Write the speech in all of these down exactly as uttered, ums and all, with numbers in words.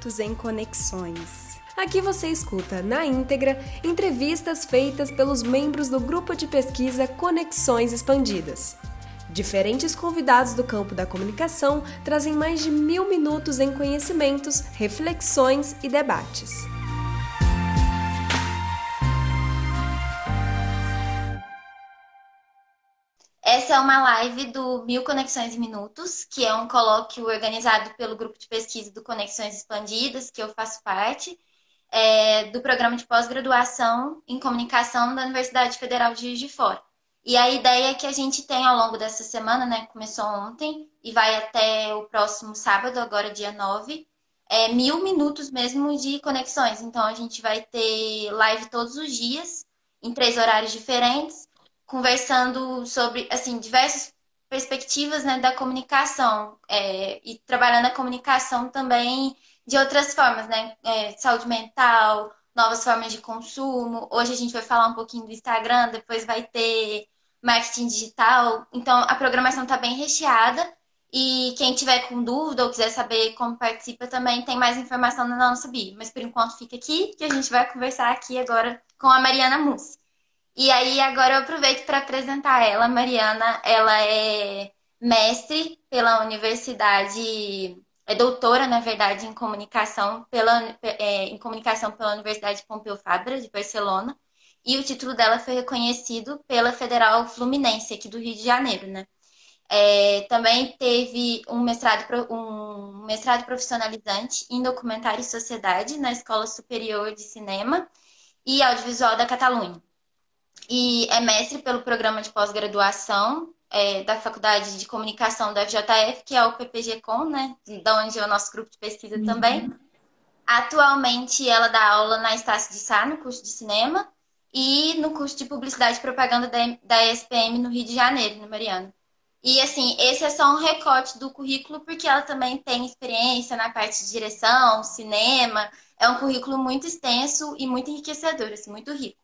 minutos em Conexões. Aqui você escuta, na íntegra, entrevistas feitas pelos membros do grupo de pesquisa Conexões Expandidas. Diferentes convidados do campo da comunicação trazem mais de mil minutos em conhecimentos, reflexões e debates. Essa é uma live do Mil Conexões em Minutos, que é um colóquio organizado pelo grupo de pesquisa do Conexões Expandidas, que eu faço parte, é, do programa de pós-graduação em comunicação da Universidade Federal de Juiz de Fora. E a ideia que a gente tem ao longo dessa semana, né, começou ontem e vai até o próximo sábado, agora dia nove, é mil minutos mesmo de conexões. Então a gente vai ter live todos os dias, em três horários diferentes, conversando sobre, assim, diversas perspectivas, né, da comunicação, é, e trabalhando a comunicação também de outras formas, né, é, saúde mental, novas formas de consumo. Hoje a gente vai falar um pouquinho do Instagram, depois vai ter marketing digital. Então, a programação está bem recheada e quem tiver com dúvida ou quiser saber como participa também tem mais informação na nossa bio. Mas, por enquanto, fica aqui que a gente vai conversar aqui agora com a Mariana Mussi. E aí, agora eu aproveito para apresentar ela. Mariana, ela é mestre pela Universidade, é doutora, na verdade, em comunicação pela, é, em comunicação pela Universidade Pompeu Fabra, de Barcelona. E o título dela foi reconhecido pela Federal Fluminense, aqui do Rio de Janeiro, né? É, também teve um mestrado, um mestrado profissionalizante em documentário e sociedade na Escola Superior de Cinema e Audiovisual da Catalunha. E é mestre pelo programa de pós-graduação é, da Faculdade de Comunicação da F J F, que é o P P G Com, né? Da onde é o nosso grupo de pesquisa Uhum. também. Atualmente, ela dá aula na Estácio de Sá, no curso de cinema, e no curso de publicidade e propaganda da, da E S P M no Rio de Janeiro, né, Mariana? E, assim, esse é só um recorte do currículo, porque ela também tem experiência na parte de direção, cinema. É um currículo muito extenso e muito enriquecedor, assim, muito rico.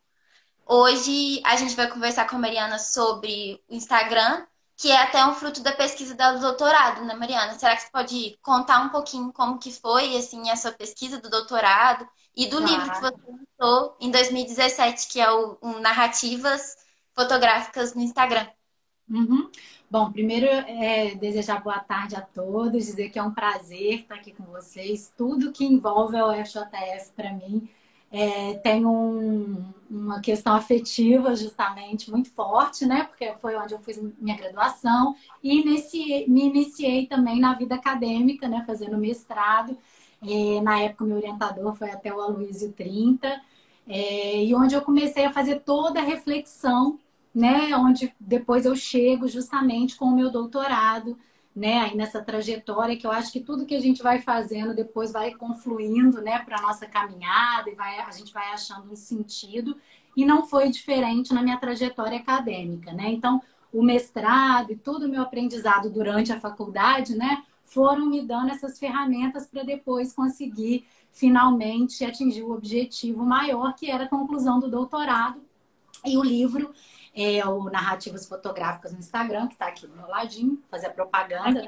Hoje a gente vai conversar com a Mariana sobre o Instagram, que é até um fruto da pesquisa do doutorado, né, Mariana? Será que você pode contar um pouquinho como que foi, assim, a sua pesquisa do doutorado e do Claro. livro que você lançou em dois mil e dezessete, que é o, o Narrativas Fotográficas no Instagram? Uhum. Bom, primeiro é desejar boa tarde a todos, dizer que é um prazer estar aqui com vocês. Tudo que envolve a U F J F para mim é, tem um, uma questão afetiva justamente muito forte, né? Porque foi onde eu fiz minha graduação e iniciei, me iniciei também na vida acadêmica, né? Fazendo mestrado. É, na época, meu orientador foi até o Aloysio trinta, é, e onde eu comecei a fazer toda a reflexão, né, onde depois eu chego justamente com o meu doutorado, né, aí nessa trajetória que eu acho que tudo que a gente vai fazendo depois vai confluindo, né, para a nossa caminhada e vai, a gente vai achando um sentido, e não foi diferente na minha trajetória acadêmica, né? Então, o mestrado e todo o meu aprendizado durante a faculdade, né, foram me dando essas ferramentas para depois conseguir finalmente atingir o objetivo maior, que era a conclusão do doutorado. E o livro é o Narrativas Fotográficas no Instagram, que está aqui do meu ladinho, fazer a propaganda.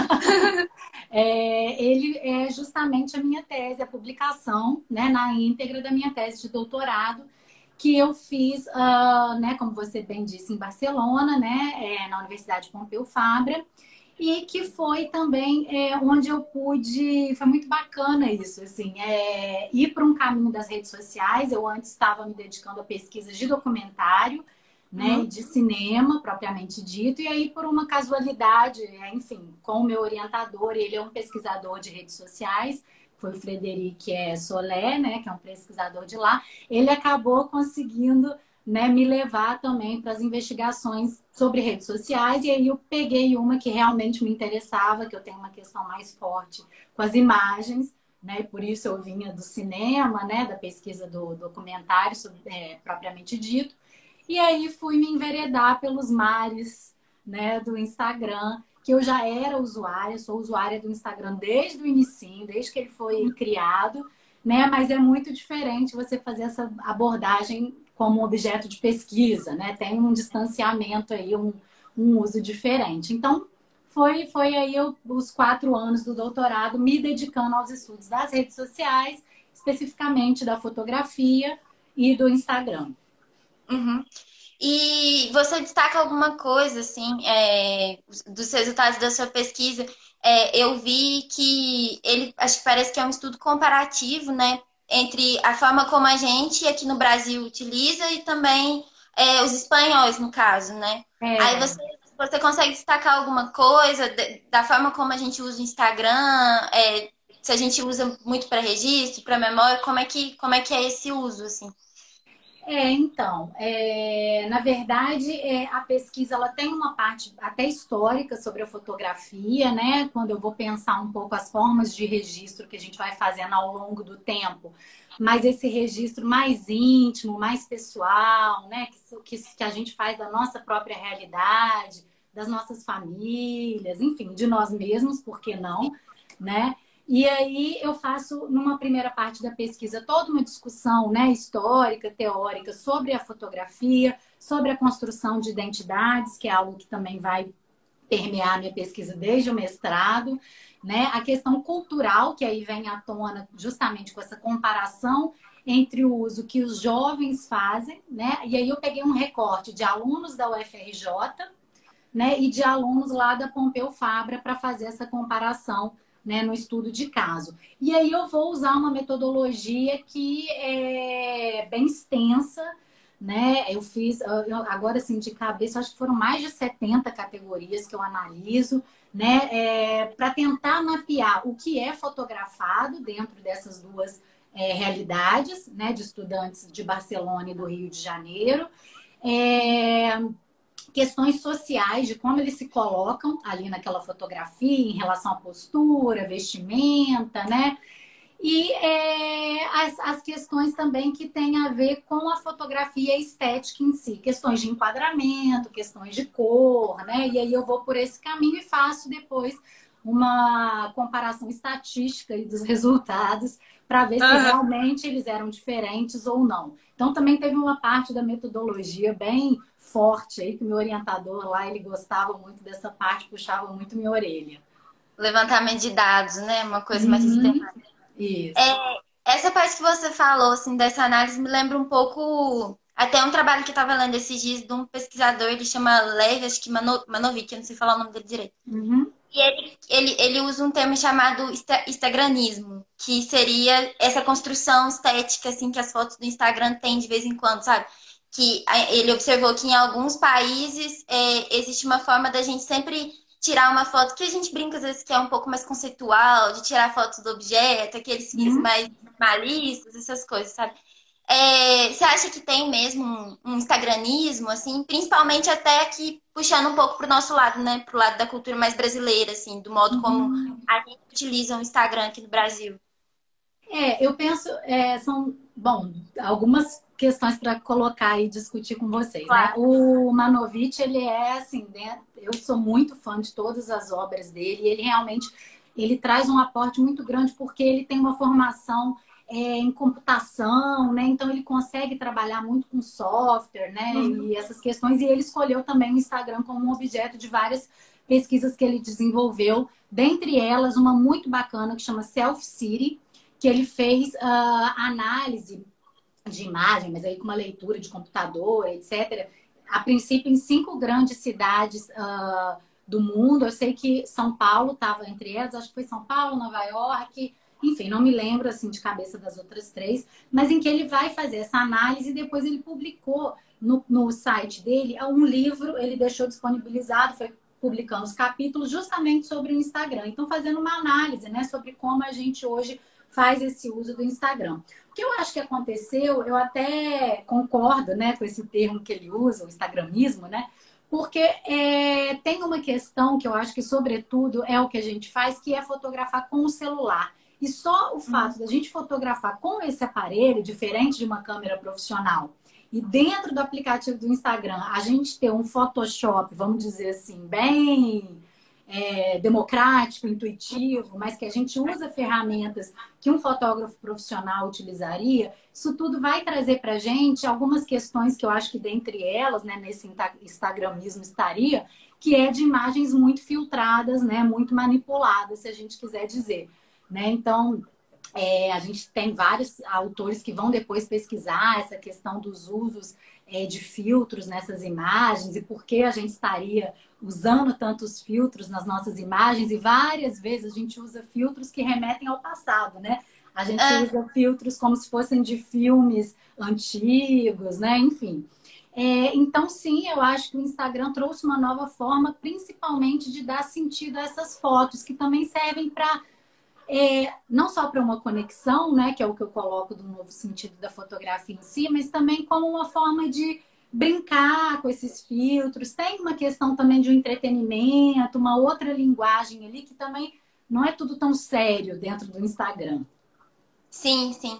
é, ele é justamente a minha tese, a publicação, né, na íntegra da minha tese de doutorado, que eu fiz, uh, né, como você bem disse, em Barcelona, né, é, na Universidade Pompeu Fabra, e que foi também é, onde eu pude, foi muito bacana isso, assim, é, ir para um caminho das redes sociais. Eu antes estava me dedicando a pesquisas de documentário, né, Uhum. de cinema, propriamente dito, e aí por uma casualidade, é, enfim, com o meu orientador, ele é um pesquisador de redes sociais, foi o Frederic Solé, né, que é um pesquisador de lá, ele acabou conseguindo, né, me levar também para as investigações sobre redes sociais, e aí eu peguei uma que realmente me interessava, que eu tenho uma questão mais forte com as imagens, né, e por isso eu vinha do cinema, né, da pesquisa do documentário é, propriamente dito, e aí fui me enveredar pelos mares, né, do Instagram, que eu já era usuária, sou usuária do Instagram desde o início, desde que ele foi criado, né, mas é muito diferente você fazer essa abordagem como objeto de pesquisa, né? Tem um distanciamento aí, um, um uso diferente. Então, foi, foi aí eu, os quatro anos do doutorado me dedicando aos estudos das redes sociais, especificamente da fotografia e do Instagram. Uhum. E você destaca alguma coisa, assim, é, dos resultados da sua pesquisa? É, eu vi que ele, acho que parece que é um estudo comparativo, né, entre a forma como a gente aqui no Brasil utiliza e também é, os espanhóis, no caso, né? Aí É, você, você consegue destacar alguma coisa de- da forma como a gente usa o Instagram? É, se a gente usa muito para registro, para memória, como é que, como é que é esse uso, assim? É, então, é, na verdade, é, a pesquisa ela tem uma parte até histórica sobre a fotografia, né? Quando eu vou pensar um pouco as formas de registro que a gente vai fazendo ao longo do tempo, mas esse registro mais íntimo, mais pessoal, né? Que, que, que a gente faz da nossa própria realidade, das nossas famílias, enfim, de nós mesmos, por que não, né? E aí eu faço, numa primeira parte da pesquisa, toda uma discussão, né, histórica, teórica, sobre a fotografia, sobre a construção de identidades, que é algo que também vai permear a minha pesquisa desde o mestrado, né? A questão cultural, que aí vem à tona justamente com essa comparação entre o uso que os jovens fazem, né? E aí eu peguei um recorte de alunos da U F R J, né, e de alunos lá da Pompeu Fabra para fazer essa comparação, né, no estudo de caso. E aí eu vou usar uma metodologia que é bem extensa, né? Eu fiz, eu, agora assim, de cabeça, acho que foram mais de setenta categorias que eu analiso, né, é, para tentar mapear o que é fotografado dentro dessas duas é, realidades, né, de estudantes de Barcelona e do Rio de Janeiro. É, questões sociais, de como eles se colocam ali naquela fotografia, em relação à postura, vestimenta, né? E é, as, as questões também que têm a ver com a fotografia estética em si, questões de enquadramento, questões de cor, né? E aí eu vou por esse caminho e faço depois uma comparação estatística dos resultados para ver se Aham. realmente eles eram diferentes ou não. Então também teve uma parte da metodologia bem forte aí, que o meu orientador lá, ele gostava muito dessa parte, puxava muito minha orelha. Levantamento de dados, né? Uma coisa mais Uhum, sistemática. isso. Essa parte que você falou, assim, dessa análise, me lembra um pouco. Até um trabalho que eu estava lendo esses dias de um pesquisador, ele chama Lev, acho que Mano- Manovic, eu não sei falar o nome dele direito. Uhum. E ele, ele, ele usa um termo chamado insta- instagranismo, que seria essa construção estética, assim, que as fotos do Instagram têm de vez em quando, sabe? Que a- ele observou que em alguns países é, existe uma forma da gente sempre tirar uma foto que a gente brinca às vezes que é um pouco mais conceitual, de tirar fotos do objeto, aqueles fins Uhum. mais minimalistas, essas coisas, sabe? É, você acha que tem mesmo um, um instagramismo, assim, principalmente até aqui puxando um pouco pro nosso lado, né? Pro lado da cultura mais brasileira, assim, do modo como Uhum. a gente utiliza o Instagram aqui no Brasil. É, eu penso, é, são, bom, algumas questões para colocar e discutir com vocês, né? Claro. O Manovich, ele é assim, né? Eu sou muito fã de todas as obras dele, e ele realmente, ele traz um aporte muito grande porque ele tem uma formação é, em computação, né? Então ele consegue trabalhar muito com software, né? Uhum. E essas questões, e ele escolheu também o Instagram como um objeto de várias pesquisas que ele desenvolveu, dentre elas uma muito bacana que chama Self City, que ele fez uh, análise de imagem, mas aí com uma leitura de computador, etcétera. A princípio, em cinco grandes cidades uh, do mundo. Eu sei que São Paulo estava entre elas, acho que foi São Paulo, Nova York, enfim, não me lembro assim de cabeça das outras três, mas em que ele vai fazer essa análise e depois ele publicou no, no site dele um livro, ele deixou disponibilizado, foi publicando os capítulos justamente sobre o Instagram. Então, fazendo uma análise, né, sobre como a gente hoje faz esse uso do Instagram. O que eu acho que aconteceu, eu até concordo, né, com esse termo que ele usa, o instagramismo, né, porque é, tem uma questão que eu acho que, sobretudo, é o que a gente faz, que é fotografar com o celular. E só o fato da gente fotografar com esse aparelho, diferente de uma câmera profissional, e dentro do aplicativo do Instagram, a gente ter um Photoshop, vamos dizer assim, bem é, democrático, intuitivo, mas que a gente usa ferramentas que um fotógrafo profissional utilizaria, isso tudo vai trazer para a gente algumas questões que eu acho que dentre elas, né, nesse instagramismo estaria, que é de imagens muito filtradas, né? Muito manipuladas, se a gente quiser dizer, né? Então, é, a gente tem vários autores que vão depois pesquisar essa questão dos usos é, de filtros nessas imagens e por que a gente estaria usando tantos filtros nas nossas imagens, e várias vezes a gente usa filtros que remetem ao passado, né? A gente É. usa filtros como se fossem de filmes antigos, né? Enfim. É, então, sim, eu acho que o Instagram trouxe uma nova forma, principalmente de dar sentido a essas fotos, que também servem para, é, não só para uma conexão, né? Que é o que eu coloco do novo sentido da fotografia em si, mas também como uma forma de brincar com esses filtros. Tem uma questão também de um entretenimento, uma outra linguagem ali, que também não é tudo tão sério dentro do Instagram. Sim, sim.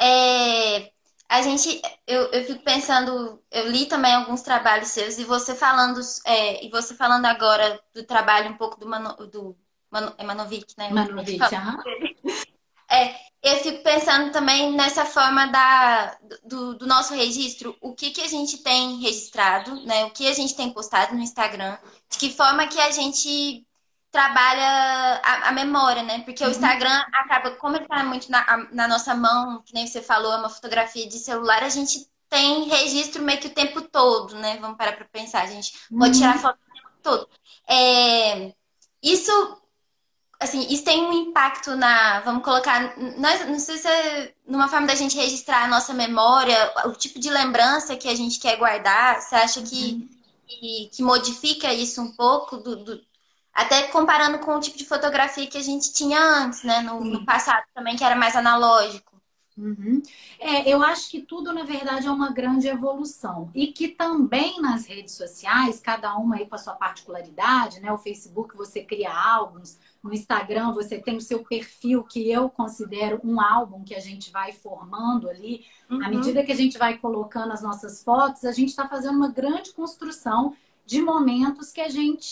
É, a gente, eu, eu fico pensando, eu li também alguns trabalhos seus, e você falando, é, e você falando agora do trabalho um pouco do, Mano, do Mano, é Manovic, né? Manovic, aham. É, eu fico pensando também nessa forma da, do, do nosso registro, o que, que a gente tem registrado, né? O que a gente tem postado no Instagram, de que forma que a gente trabalha a, a memória, né? Porque o Instagram acaba, como ele está muito na, na nossa mão, que nem você falou, é uma fotografia de celular, a gente tem registro meio que o tempo todo, né? Vamos parar para pensar, a gente pode tirar foto o tempo todo. É, isso assim, isso tem um impacto na, vamos colocar, nós, não sei se é numa forma da gente registrar a nossa memória, o tipo de lembrança que a gente quer guardar. Você acha que, que, que modifica isso um pouco, do, do, até comparando com o tipo de fotografia que a gente tinha antes, né, no, no passado também, que era mais analógico? Uhum. É, eu acho que tudo, na verdade, é uma grande evolução. E que também nas redes sociais, cada uma aí com a sua particularidade, né? O Facebook você cria álbuns, no Instagram você tem o seu perfil, que eu considero um álbum que a gente vai formando ali. Uhum. À medida que a gente vai colocando as nossas fotos, a gente está fazendo uma grande construção de momentos que a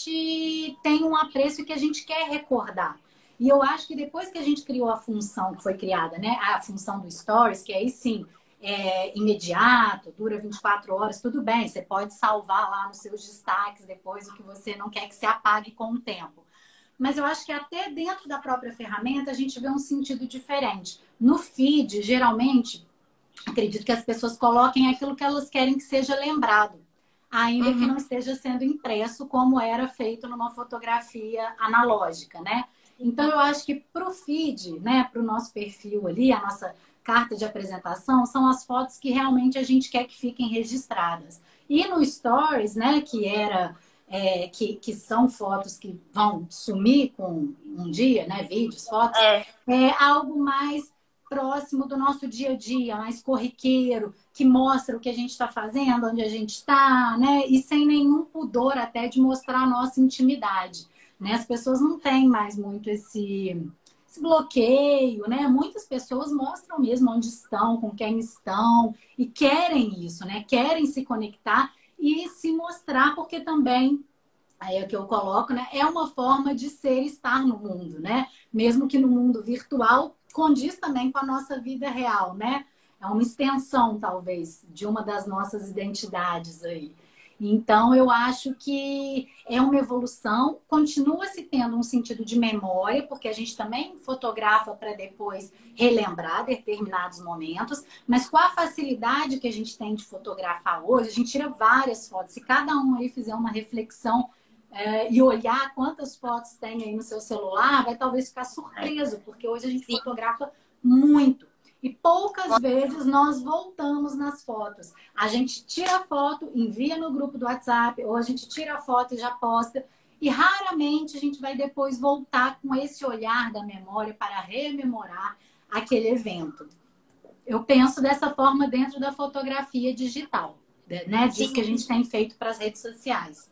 gente tem um apreço e que a gente quer recordar. E eu acho que depois que a gente criou a função que foi criada, né? A função do Stories, que aí sim é imediato, dura vinte e quatro horas, tudo bem, você pode salvar lá nos seus destaques depois o que você não quer que se apague com o tempo. Mas eu acho que até dentro da própria ferramenta a gente vê um sentido diferente. No feed, geralmente, acredito que as pessoas coloquem aquilo que elas querem que seja lembrado, ainda uhum. que não esteja sendo impresso como era feito numa fotografia analógica, né? Então, eu acho que para o feed, né, para o nosso perfil ali, a nossa carta de apresentação, são as fotos que realmente a gente quer que fiquem registradas. E no Stories, né, que era, é, que, que são fotos que vão sumir com um dia, né, vídeos, fotos, é, é algo mais próximo do nosso dia a dia, mais corriqueiro, que mostra o que a gente está fazendo, onde a gente está, né, e sem nenhum pudor até de mostrar a nossa intimidade. Né? As pessoas não têm mais muito esse, esse bloqueio, né? Muitas pessoas mostram mesmo onde estão, com quem estão, e querem isso, né? Querem se conectar e se mostrar, porque também, aí é o que eu coloco, né? É uma forma de ser e estar no mundo, né? Mesmo que no mundo virtual, condiz também com a nossa vida real, né? É uma extensão, talvez, de uma das nossas identidades aí. Então, eu acho que é uma evolução, continua-se tendo um sentido de memória, porque a gente também fotografa para depois relembrar determinados momentos, mas com a facilidade que a gente tem de fotografar hoje, a gente tira várias fotos. Se cada um aí fizer uma reflexão é, e olhar quantas fotos tem aí no seu celular, vai talvez ficar surpreso, porque hoje a gente Sim. fotografa muito. E poucas vezes nós voltamos nas fotos. A gente tira a foto, envia no grupo do WhatsApp, ou a gente tira a foto e já posta. E raramente a gente vai depois voltar com esse olhar da memória para rememorar aquele evento. Eu penso dessa forma dentro da fotografia digital, né? Disso que a gente tem feito para as redes sociais.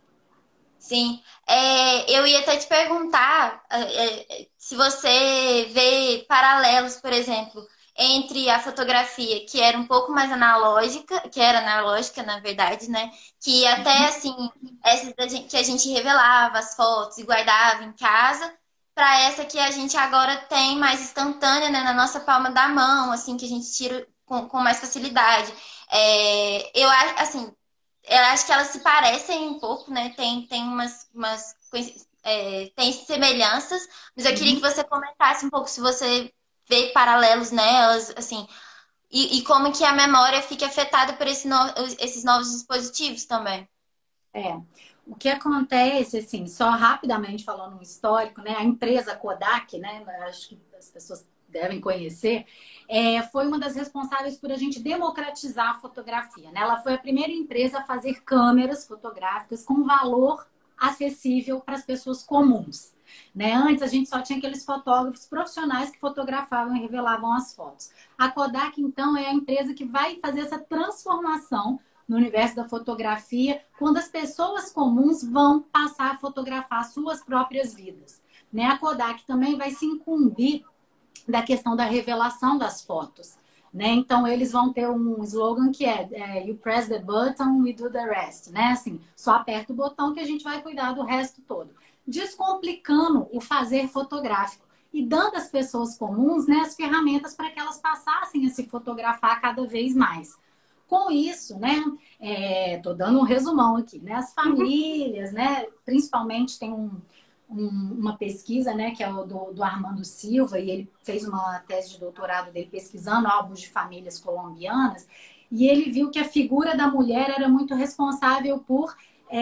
Sim, é, eu ia até te perguntar é, se você vê paralelos, por exemplo, entre a fotografia, que era um pouco mais analógica, que era analógica, na verdade, né? Que até, assim, essa que a gente revelava as fotos e guardava em casa, para essa que a gente agora tem mais instantânea, né? Na nossa palma da mão, assim, que a gente tira com, com mais facilidade. É, eu acho, assim, eu acho que elas se parecem um pouco, né? Tem, tem umas, umas é, tem semelhanças, mas eu queria que Uhum. você comentasse um pouco se você vê paralelos nelas, assim, e, e como que a memória fica afetada por esse no, esses novos dispositivos também. É. O que acontece, assim, só rapidamente falando um histórico, né? A empresa Kodak, né? Acho que as pessoas devem conhecer, é, foi uma das responsáveis por a gente democratizar a fotografia, né? Ela foi a primeira empresa a fazer câmeras fotográficas com valor acessível para as pessoas comuns, né? Antes a gente só tinha aqueles fotógrafos profissionais que fotografavam e revelavam as fotos. A Kodak, então, é a empresa que vai fazer essa transformação no universo da fotografia, quando as pessoas comuns vão passar a fotografar suas próprias vidas, né? A Kodak também vai se incumbir da questão da revelação das fotos, né? Então eles vão ter um slogan que é, é You press the button, we do the rest, né? Assim, só aperta o botão que a gente vai cuidar do resto todo, descomplicando o fazer fotográfico e dando às pessoas comuns, né, as ferramentas para que elas passassem a se fotografar cada vez mais. Com isso, né, é, tô dando um resumão aqui, né, as famílias, né, principalmente tem um, um, uma pesquisa, né, que é o do, do Armando Silva, e ele fez uma tese de doutorado dele pesquisando álbuns de famílias colombianas, e ele viu que a figura da mulher era muito responsável por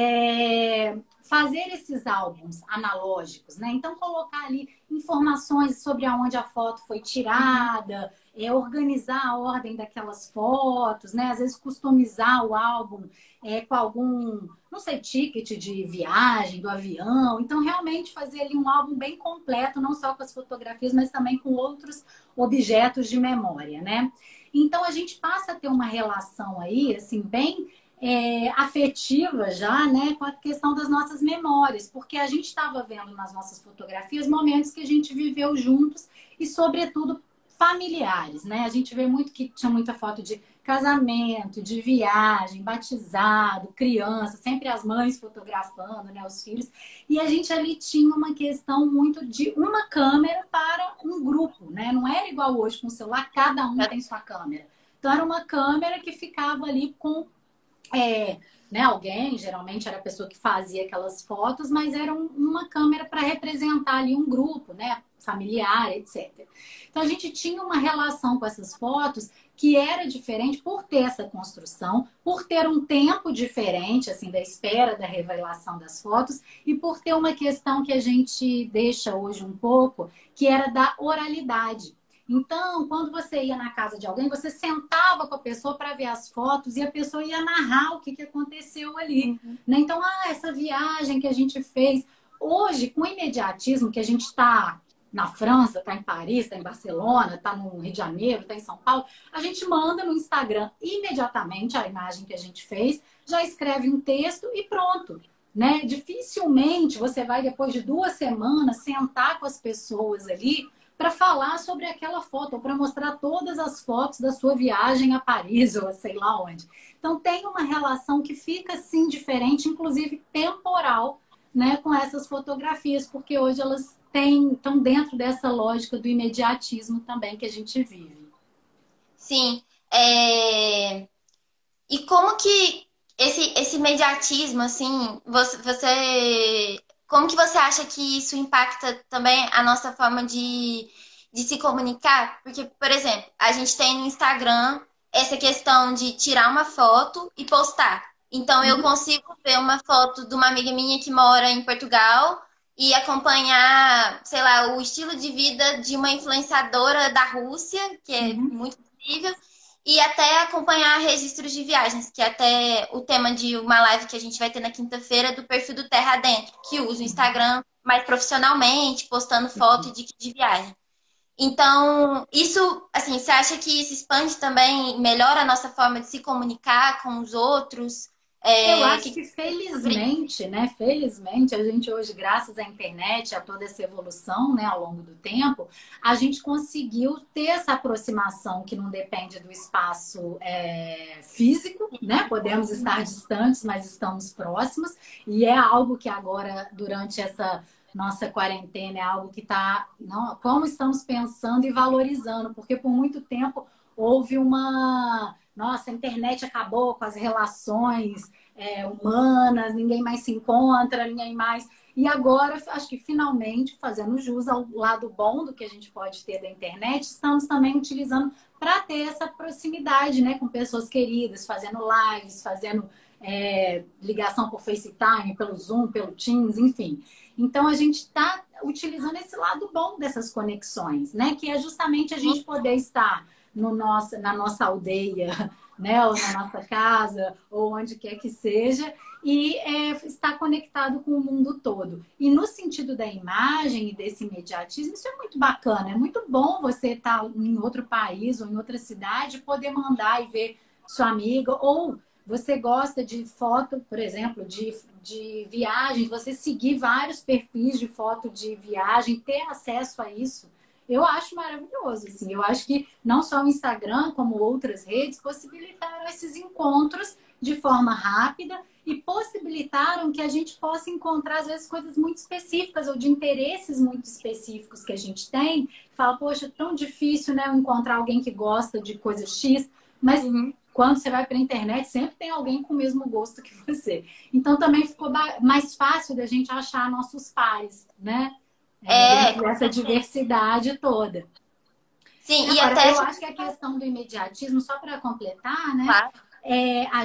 é, fazer esses álbuns analógicos, né, então colocar ali informações sobre aonde a foto foi tirada, é, organizar a ordem daquelas fotos, né? Às vezes customizar o álbum é, com algum, não sei, ticket de viagem, do avião. Então, realmente fazer ali um álbum bem completo, não só com as fotografias, mas também com outros objetos de memória, né? Então, a gente passa a ter uma relação aí, assim, bem é, afetiva já, né? Com a questão das nossas memórias, porque a gente estava vendo nas nossas fotografias momentos que a gente viveu juntos e, sobretudo, familiares, né? A gente vê muito que tinha muita foto de casamento, de viagem, batizado, criança, sempre as mães fotografando, né, os filhos. E a gente ali tinha uma questão muito de uma câmera para um grupo, né? Não era igual hoje com o celular, cada um tem sua câmera. Então era uma câmera que ficava ali com é, né, alguém, geralmente era a pessoa que fazia aquelas fotos, mas era um, uma câmera para representar ali um grupo, né, familiar, etcétera. Então a gente tinha uma relação com essas fotos que era diferente por ter essa construção, por ter um tempo diferente, assim, da espera da revelação das fotos e por ter uma questão que a gente deixa hoje um pouco, que era da oralidade. Então, quando você ia na casa de alguém, você sentava com a pessoa para ver as fotos e a pessoa ia narrar o que, que aconteceu ali. Uhum. Né? Então, ah, essa viagem que a gente fez. Hoje, com o imediatismo que a gente está na França, está em Paris, está em Barcelona, está no Rio de Janeiro, está em São Paulo, a gente manda no Instagram imediatamente a imagem que a gente fez, já escreve um texto e pronto. Né? Dificilmente você vai, depois de duas semanas, sentar com as pessoas ali para falar sobre aquela foto, ou para mostrar todas as fotos da sua viagem a Paris, ou sei lá onde. Então, tem uma relação que fica, sim, diferente, inclusive temporal, né, com essas fotografias, porque hoje elas têm, estão dentro dessa lógica do imediatismo também que a gente vive. Sim. É... E como que esse, esse imediatismo, assim, você... você... Como que você acha que isso impacta também a nossa forma de, de se comunicar? Porque, por exemplo, a gente tem no Instagram essa questão de tirar uma foto e postar. Então, eu consigo ver uma foto de uma amiga minha que mora em Portugal e acompanhar, sei lá, o estilo de vida de uma influenciadora da Rússia, que é uhum. muito incrível, e até acompanhar registros de viagens, que é até o tema de uma live que a gente vai ter na quinta-feira do perfil do Terra Dentro, que usa o Instagram mais profissionalmente, postando foto de, de viagem. Então, isso, assim, você acha que isso expande também, melhora a nossa forma de se comunicar com os outros? É, eu acho que, que felizmente, né? Felizmente, a gente hoje, graças à internet, a toda essa evolução, né, ao longo do tempo, a gente conseguiu ter essa aproximação que não depende do espaço é, físico, né? Podemos estar distantes, mas estamos próximos. E é algo que agora, durante essa nossa quarentena, é algo que está... Como estamos pensando e valorizando, porque por muito tempo houve uma... Nossa, a internet acabou com as relações é, humanas, ninguém mais se encontra, ninguém mais. E agora, acho que finalmente, fazendo jus ao lado bom do que a gente pode ter da internet, estamos também utilizando para ter essa proximidade, né, com pessoas queridas, fazendo lives, fazendo é, ligação por FaceTime, pelo Zoom, pelo Teams, enfim. Então, a gente está utilizando esse lado bom dessas conexões, né, que é justamente a gente poder estar no nosso, na nossa aldeia, né, ou na nossa casa, ou onde quer que seja, e é, estar conectado com o mundo todo. E no sentido da imagem e desse imediatismo, isso é muito bacana. É muito bom você estar em outro país ou em outra cidade, poder mandar e ver sua amiga, ou você gosta de foto, por exemplo, de, de viagem, você seguir vários perfis de foto de viagem, ter acesso a isso. Eu acho maravilhoso, assim. Eu acho que não só o Instagram, como outras redes, possibilitaram esses encontros de forma rápida e possibilitaram que a gente possa encontrar, às vezes, coisas muito específicas ou de interesses muito específicos que a gente tem. Fala, poxa, é tão difícil, né, eu encontrar alguém que gosta de coisa X, mas uhum. quando você vai para a internet, sempre tem alguém com o mesmo gosto que você. Então, também ficou mais fácil da gente achar nossos pares, né? É, é essa diversidade toda. Sim, agora, e até eu acho que a questão do imediatismo, só para completar, né? Claro. É, a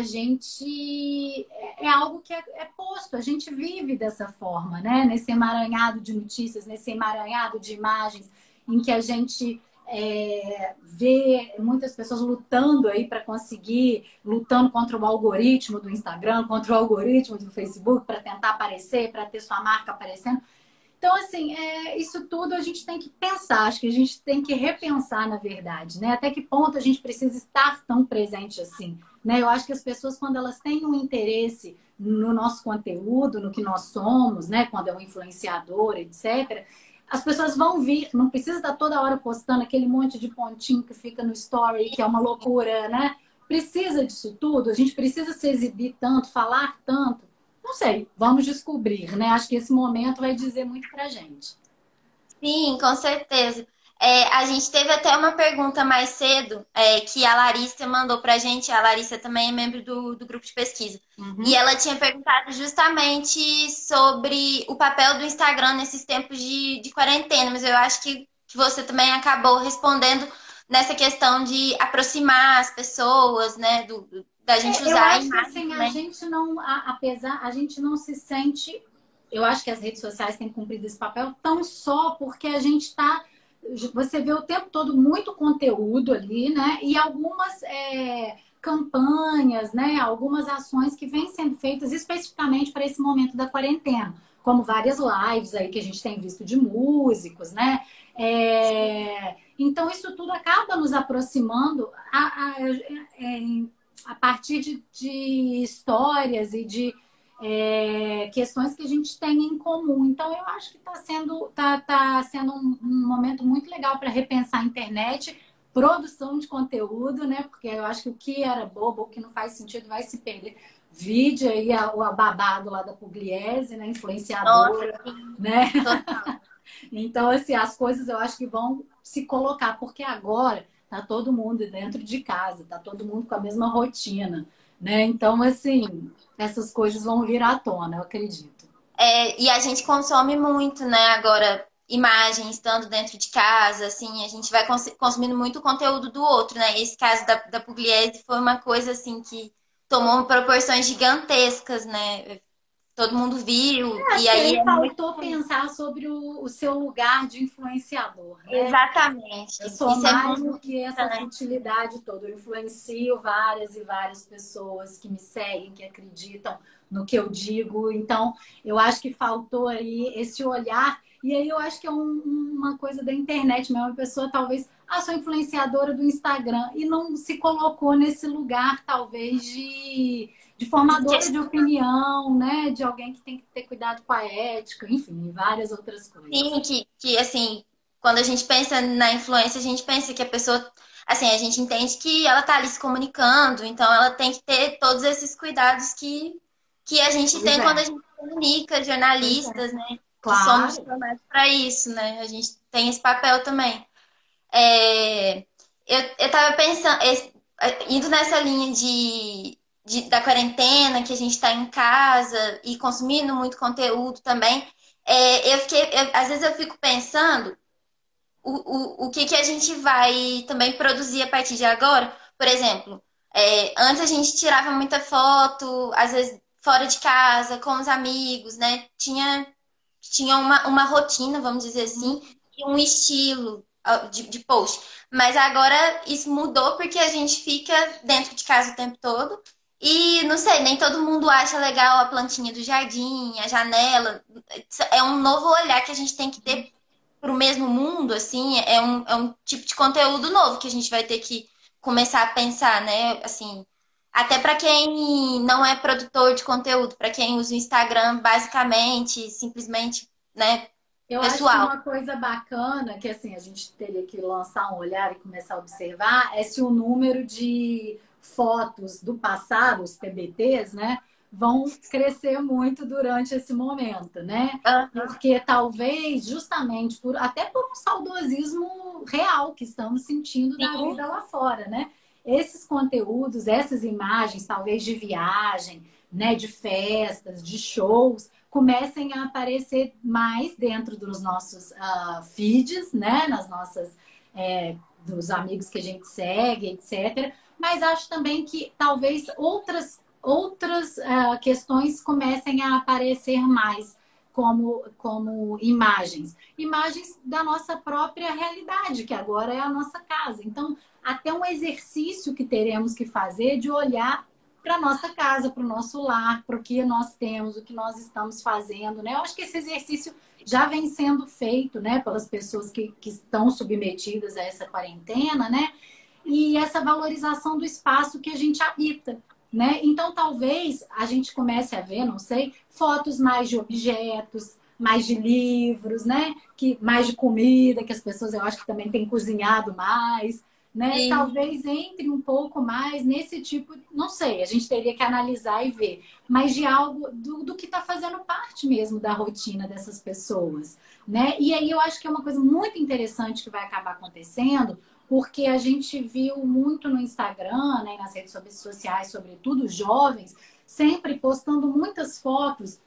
gente é algo que é, é posto, a gente vive dessa forma, né? Nesse emaranhado de notícias, nesse emaranhado de imagens, em que a gente é, vê muitas pessoas lutando aí para conseguir, lutando contra o algoritmo do Instagram, contra o algoritmo do Facebook, para tentar aparecer, para ter sua marca aparecendo. Então, assim, é, isso tudo a gente tem que pensar, acho que a gente tem que repensar, na verdade, né? Até que ponto a gente precisa estar tão presente assim, né? Eu acho que as pessoas, quando elas têm um interesse no nosso conteúdo, no que nós somos, né? Quando é um influenciador, etcétera, as pessoas vão vir, não precisa estar toda hora postando aquele monte de pontinho que fica no story, que é uma loucura, né? Precisa disso tudo, a gente precisa se exibir tanto, falar tanto. Não sei, vamos descobrir, né? Acho que esse momento vai dizer muito pra gente. Sim, com certeza. É, a gente teve até uma pergunta mais cedo é, que a Larissa mandou pra gente. A Larissa também é membro do, do grupo de pesquisa. Uhum. E ela tinha perguntado justamente sobre o papel do Instagram nesses tempos de, de quarentena. Mas eu acho que, que você também acabou respondendo nessa questão de aproximar as pessoas, né? Do, do da gente é, usar eu a acho imagem. Que, assim, né? a gente não, a, apesar, a gente não se sente. Eu acho que as redes sociais têm cumprido esse papel tão só porque a gente está. Você vê o tempo todo muito conteúdo ali, né? E algumas é, campanhas, né? Algumas ações que vêm sendo feitas especificamente para esse momento da quarentena, como várias lives aí que a gente tem visto de músicos, né? É, então, isso tudo acaba nos aproximando a, a, a, a partir de, de histórias e de É, questões que a gente tem em comum. Então, eu acho que está sendo, tá, tá sendo um, um momento muito legal para repensar a internet, produção de conteúdo, né? Porque eu acho que o que era bobo, o que não faz sentido, vai se perder. Vídeo aí, a, o babado lá da Pugliese, né? Influenciadora, Nossa, né? Então, assim, as coisas eu acho que vão se colocar, porque agora tá todo mundo dentro de casa, tá todo mundo com a mesma rotina, né? Então, assim, essas coisas vão vir à tona, eu acredito. É, e a gente consome muito, né? Agora, imagem, estando dentro de casa, assim, a gente vai cons consumindo muito conteúdo do outro, né? Esse caso da, da Pugliese foi uma coisa, assim, que tomou proporções gigantescas, né? Todo mundo viu. Eu acho e aí que é faltou muito... pensar sobre o, o seu lugar de influenciador, né? Exatamente. Eu sou Isso mais é do muito que essa futilidade toda. Eu influencio várias e várias pessoas que me seguem, que acreditam no que eu digo. Então, eu acho que faltou aí esse olhar. E aí eu acho que é um, uma coisa da internet mesmo. Uma pessoa talvez, ah, sou influenciadora do Instagram e não se colocou nesse lugar, talvez, de, de formadora de opinião, né? De alguém que tem que ter cuidado com a ética, enfim, várias outras coisas. Sim, que, que assim, quando a gente pensa na influência, a gente pensa que a pessoa, assim, a gente entende que ela tá ali se comunicando, então ela tem que ter todos esses cuidados que, que a gente Pois tem é. quando a gente comunica, jornalistas, é. né? Claro. Que somos formados para isso, né? A gente tem esse papel também. É, eu, eu tava pensando, indo nessa linha de, de, da quarentena, que a gente está em casa e consumindo muito conteúdo também. É, eu fiquei, eu, às vezes eu fico pensando o, o, o que, que a gente vai também produzir a partir de agora. Por exemplo, é, antes a gente tirava muita foto, às vezes fora de casa, com os amigos, né? Tinha, tinha uma, uma rotina, vamos dizer assim, e um estilo de, de post. Mas agora isso mudou porque a gente fica dentro de casa o tempo todo. E não sei, nem todo mundo acha legal a plantinha do jardim, a janela. É um novo olhar que a gente tem que ter para o mesmo mundo, assim, é um, é um tipo de conteúdo novo que a gente vai ter que começar a pensar, né? Assim, até para quem não é produtor de conteúdo, para quem usa o Instagram basicamente, simplesmente, né, Eu acho que pessoal. uma coisa bacana, que assim, a gente teria que lançar um olhar e começar a observar, é se o número de fotos do passado, os T B Ts, né, vão crescer muito durante esse momento, né? Uhum. Porque talvez, justamente, por até por um saudosismo real que estamos sentindo da Sim. vida lá fora, né? Esses conteúdos, essas imagens, talvez de viagem, né, de festas, de shows, comecem a aparecer mais dentro dos nossos uh, feeds, né? Nas nossas, é, dos amigos que a gente segue, etcétera. Mas acho também que talvez outras, outras uh, questões comecem a aparecer mais como, como imagens. Imagens da nossa própria realidade, que agora é a nossa casa. Então, até um exercício que teremos que fazer de olhar para a nossa casa, para o nosso lar, para o que nós temos, o que nós estamos fazendo, né? Eu acho que esse exercício já vem sendo feito, né, pelas pessoas que, que estão submetidas a essa quarentena, né? E essa valorização do espaço que a gente habita, né? Então, talvez a gente comece a ver, não sei, fotos mais de objetos, mais de livros, né? Que, mais de comida, que as pessoas, eu acho que também têm cozinhado mais, né? Sim. Talvez entre um pouco mais nesse tipo, não sei, a gente teria que analisar e ver, mas de algo do, do que está fazendo parte mesmo da rotina dessas pessoas, né? E aí eu acho que é uma coisa muito interessante que vai acabar acontecendo, porque a gente viu muito no Instagram, né, nas redes sociais, sobretudo jovens, sempre postando muitas fotos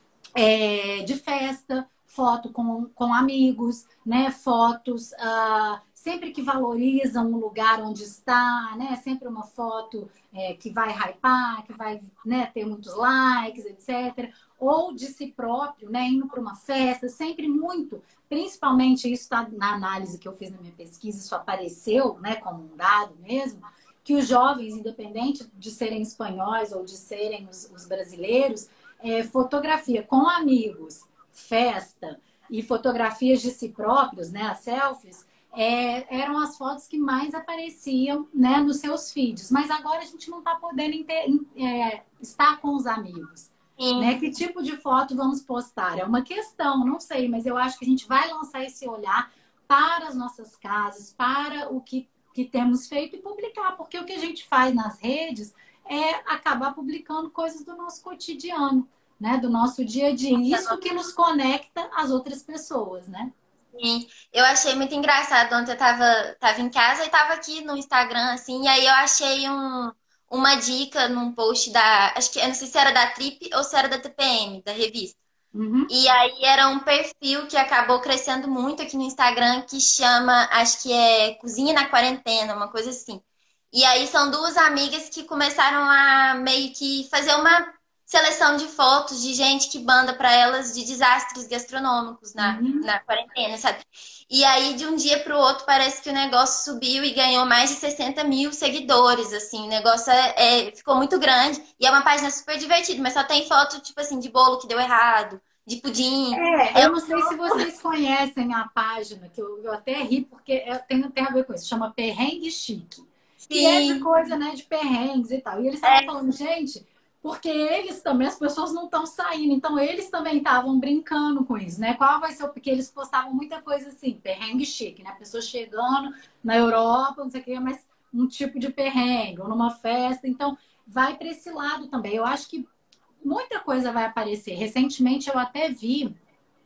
é, de festa, foto com, com amigos, né? Fotos uh, sempre que valorizam o lugar onde está, né? Sempre uma foto é, que vai hypar, que vai, né, ter muitos likes, etcétera. Ou de si próprio, né? Indo para uma festa, sempre muito. Principalmente isso está na análise que eu fiz na minha pesquisa, isso apareceu, né, como um dado mesmo, que os jovens, independente de serem espanhóis ou de serem os, os brasileiros, é, fotografia com amigos, festa e fotografias de si próprios, né, as selfies, é, eram as fotos que mais apareciam, né, nos seus feeds. Mas agora a gente não está podendo inter, é, estar com os amigos. Né? Que tipo de foto vamos postar? É uma questão, não sei, mas eu acho que a gente vai lançar esse olhar para as nossas casas, para o que, que temos feito e publicar, porque o que a gente faz nas redes é acabar publicando coisas do nosso cotidiano, né? Do nosso dia a dia. Isso que nos conecta às outras pessoas, né? Sim, eu achei muito engraçado. Ontem eu tava, tava em casa e tava aqui no Instagram, assim, e aí eu achei um, uma dica num post da. Acho que eu não sei se era da Trip ou se era da T P M, da revista. Uhum. E aí era um perfil que acabou crescendo muito aqui no Instagram, que chama, acho que é Cozinha na Quarentena, uma coisa assim. E aí são duas amigas que começaram a meio que fazer uma seleção de fotos de gente que manda para elas de desastres gastronômicos na, Uhum. na quarentena, sabe? E aí, de um dia para o outro, parece que o negócio subiu e ganhou mais de sessenta mil seguidores, assim. O negócio é, é, ficou muito grande. E é uma página super divertida, mas só tem foto, tipo assim, de bolo que deu errado, de pudim. É, É eu não sei se vocês conhecem a página, que eu, eu até ri, porque é, tem, tem a ver com isso. Chama Perrengue Chique. Que é de Sim, coisa, né, de perrengues e tal. E eles estavam falando, gente, porque eles também, as pessoas não estão saindo, então eles também estavam brincando com isso, né? Qual vai ser o... Porque eles postavam muita coisa assim, perrengue chique, né? A pessoa chegando na Europa, não sei o quê, mas um tipo de perrengue, ou numa festa. Então, vai para esse lado também. Eu acho que muita coisa vai aparecer. Recentemente, eu até vi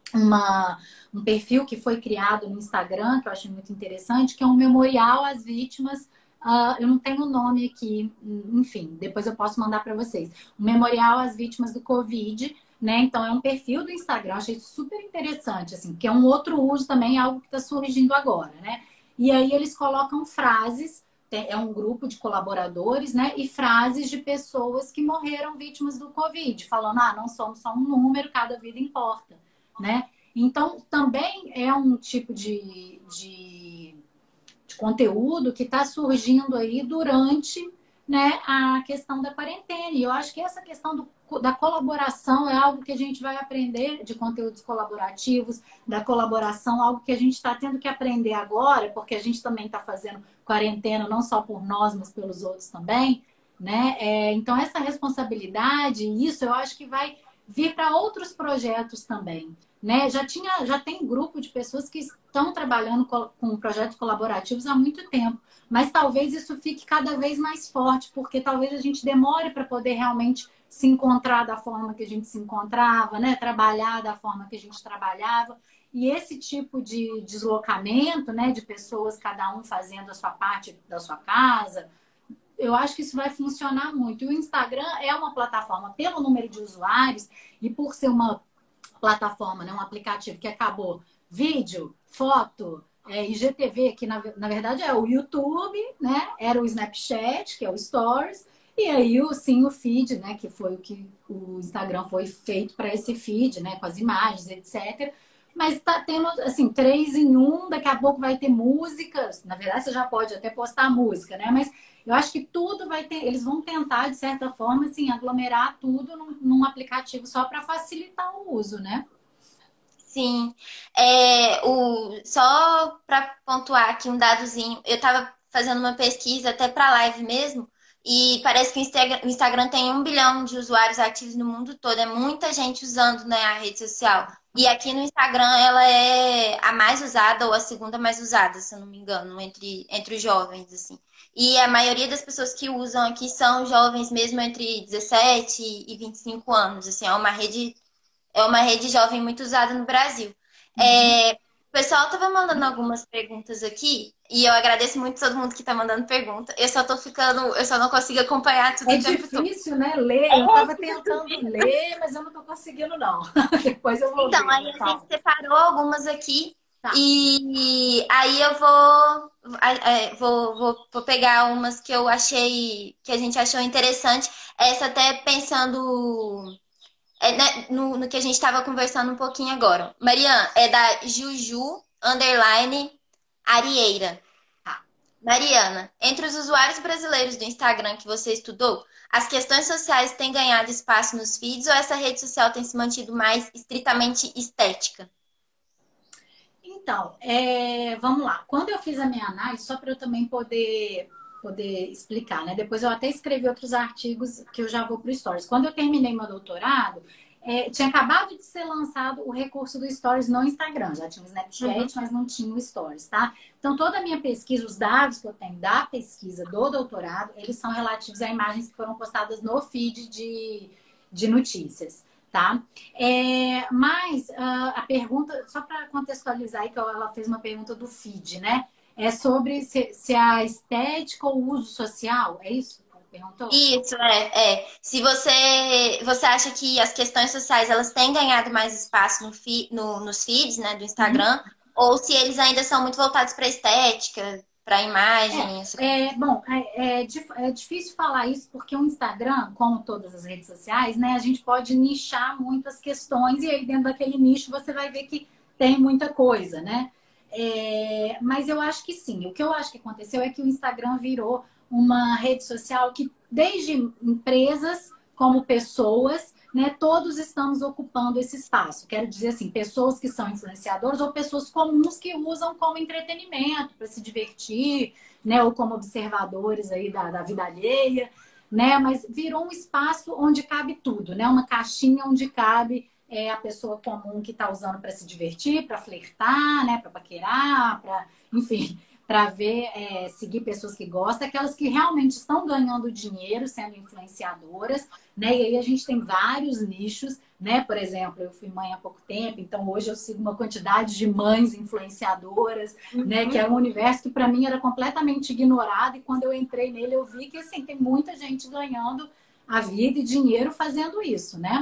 uma, um perfil que foi criado no Instagram, que eu achei muito interessante, que é um memorial às vítimas uh, eu não tenho o nome aqui, enfim, depois eu posso mandar para vocês. O Memorial às Vítimas do Covid, né? Então é um perfil do Instagram, achei super interessante, assim, que é um outro uso também, algo que está surgindo agora, né? E aí eles colocam frases, é um grupo de colaboradores, né? E frases de pessoas que morreram vítimas do Covid, falando, ah, não somos só um número, cada vida importa, né? Então, também é um tipo de, de, de conteúdo que está surgindo aí durante, né, a questão da quarentena. E eu acho que essa questão do, da colaboração é algo que a gente vai aprender de conteúdos colaborativos, da colaboração, algo que a gente está tendo que aprender agora, porque a gente também está fazendo quarentena não só por nós, mas pelos outros também, né? É, então, essa responsabilidade, isso eu acho que vai vir para outros projetos também. Né? Já, tinha, já tem grupo de pessoas que estão trabalhando com projetos colaborativos há muito tempo, mas talvez isso fique cada vez mais forte, porque talvez a gente demore para poder realmente se encontrar da forma que a gente se encontrava, né? Trabalhar da forma que a gente trabalhava. E esse tipo de deslocamento, né? De pessoas, cada um fazendo a sua parte da sua casa, eu acho que isso vai funcionar muito. E o Instagram é uma plataforma, pelo número de usuários e por ser uma plataforma, né, um aplicativo que acabou vídeo, foto, é, I G T V, que na, na verdade é o YouTube, né? Era o Snapchat, que é o Stories, e aí o, sim o feed, né? Que foi o que o Instagram foi feito para esse feed, né? Com as imagens, etcétera. Mas tá tendo, assim, três em um, daqui a pouco vai ter músicas. Na verdade, você já pode até postar música, né? Mas eu acho que tudo vai ter, eles vão tentar, de certa forma, assim, aglomerar tudo num, num aplicativo só para facilitar o uso, né? Sim. É, o, só para pontuar aqui um dadozinho, eu estava fazendo uma pesquisa até para live mesmo, e parece que o Instagram, o Instagram tem um bilhão de usuários ativos no mundo todo. É muita gente usando, né, a rede social. E aqui no Instagram ela é a mais usada ou a segunda mais usada, se eu não me engano, entre, entre os jovens, assim. E a maioria das pessoas que usam aqui são jovens mesmo entre dezessete e vinte e cinco anos. Assim, é uma rede, é uma rede jovem muito usada no Brasil. Uhum. É, o pessoal estava mandando algumas perguntas aqui, e eu agradeço muito todo mundo que está mandando pergunta. Eu só tô ficando, eu só não consigo acompanhar tudo É o tempo todo. difícil, né? Ler. Eu estava tentando ler, mas eu não estou conseguindo, não. Depois eu vou Então, ver. aí a gente separou algumas aqui. Tá. E aí eu vou, é, vou, vou, vou pegar umas que eu achei, que a gente achou interessante. Essa até pensando é, né, no, no que a gente estava conversando um pouquinho agora. Mariana, é da Juju Underline Arieira. Tá. Mariana, entre os usuários brasileiros do Instagram que você estudou, as questões sociais têm ganhado espaço nos feeds ou essa rede social tem se mantido mais estritamente estética? Então, é, vamos lá. Quando eu fiz a minha análise, só para eu também poder, poder explicar, né? Depois eu até escrevi outros artigos que eu já vou para o Stories. Quando eu terminei meu doutorado, é, tinha acabado de ser lançado o recurso do Stories no Instagram. Já tinha o Snapchat, uhum, mas não tinha o Stories, tá? Então, toda a minha pesquisa, os dados que eu tenho da pesquisa do doutorado, eles são relativos a imagens que foram postadas no feed de, de notícias. Tá? É, mas uh, a pergunta, só para contextualizar aí, que ela fez uma pergunta do feed, né? É sobre se, se a estética ou o uso social, é isso que ela perguntou? Isso, é, é. Se você, você acha que as questões sociais elas têm ganhado mais espaço no fi, no, nos feeds, né, do Instagram, uhum, ou se eles ainda são muito voltados para estética, para imagem. É, é, bom, é, é, é difícil falar isso porque o Instagram, como todas as redes sociais, né, a gente pode nichar muito as questões e aí dentro daquele nicho você vai ver que tem muita coisa, né? É, mas eu acho que sim. O que eu acho que aconteceu é que o Instagram virou uma rede social que desde empresas como pessoas, né, todos estamos ocupando esse espaço. Quero dizer assim, pessoas que são influenciadoras ou pessoas comuns que usam como entretenimento para se divertir, né, ou como observadores aí da, da vida alheia, né, mas virou um espaço onde cabe tudo, né, uma caixinha onde cabe é, a pessoa comum que está usando para se divertir, para flertar, né, para paquerar, para, enfim, para ver, é, seguir pessoas que gostam, aquelas que realmente estão ganhando dinheiro sendo influenciadoras, né? E aí a gente tem vários nichos, né? Por exemplo, eu fui mãe há pouco tempo, então hoje eu sigo uma quantidade de mães influenciadoras, uhum. né? Que é um universo que para mim era completamente ignorado, e quando eu entrei nele eu vi que assim, tem muita gente ganhando a vida e dinheiro fazendo isso, né?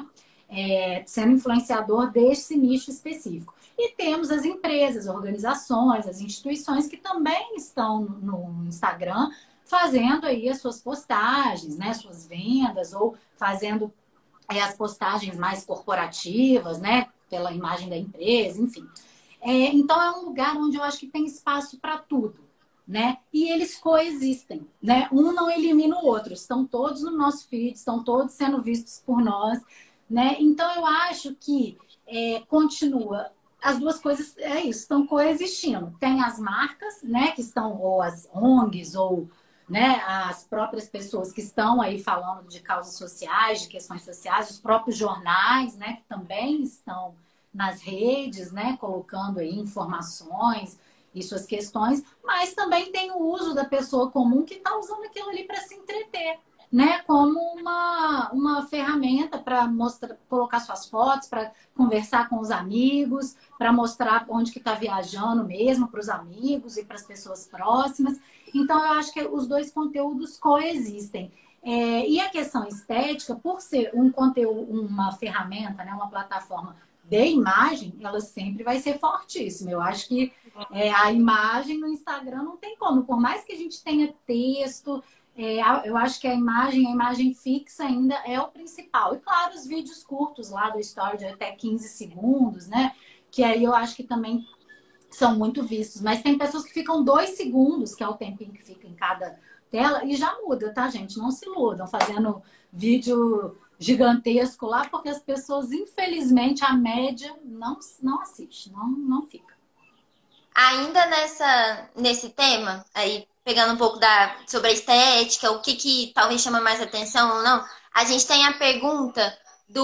É, sendo influenciador desse nicho específico. E temos as empresas, organizações, as instituições que também estão no Instagram fazendo aí as suas postagens, né, suas vendas, ou fazendo é, as postagens mais corporativas, né, pela imagem da empresa, enfim. É, então é um lugar onde eu acho que tem espaço para tudo, né? E eles coexistem, né? Um não elimina o outro, estão todos no nosso feed, estão todos sendo vistos por nós, né? Então eu acho que é, continua. As duas coisas, é isso, estão coexistindo. Tem as marcas, né, que estão, ou as O N Gs, ou né, as próprias pessoas que estão aí falando de causas sociais, de questões sociais, os próprios jornais, né, que também estão nas redes, né, colocando aí informações e suas questões, mas também tem o uso da pessoa comum que está usando aquilo ali para se entreter, né, como uma, uma ferramenta para mostrar, colocar suas fotos, para conversar com os amigos, para mostrar onde que está viajando mesmo para os amigos e para as pessoas próximas. Então, eu acho que os dois conteúdos coexistem. É, e a questão estética, por ser um conteúdo, uma ferramenta, né, uma plataforma de imagem, ela sempre vai ser fortíssima. Eu acho que é, a imagem no Instagram não tem como, por mais que a gente tenha texto. É, eu acho que a imagem, a imagem fixa ainda é o principal. E claro, os vídeos curtos lá do Story de até quinze segundos, né? Que aí eu acho que também são muito vistos. Mas tem pessoas que ficam dois segundos, que é o tempinho que fica em cada tela, e já muda, tá, gente? Não se iludam fazendo vídeo gigantesco lá, porque as pessoas, infelizmente, a média não, não assiste, não, não fica. Ainda nessa, nesse tema, aí pegando um pouco da, sobre a estética, o que, que talvez chama mais atenção ou não, a gente tem a pergunta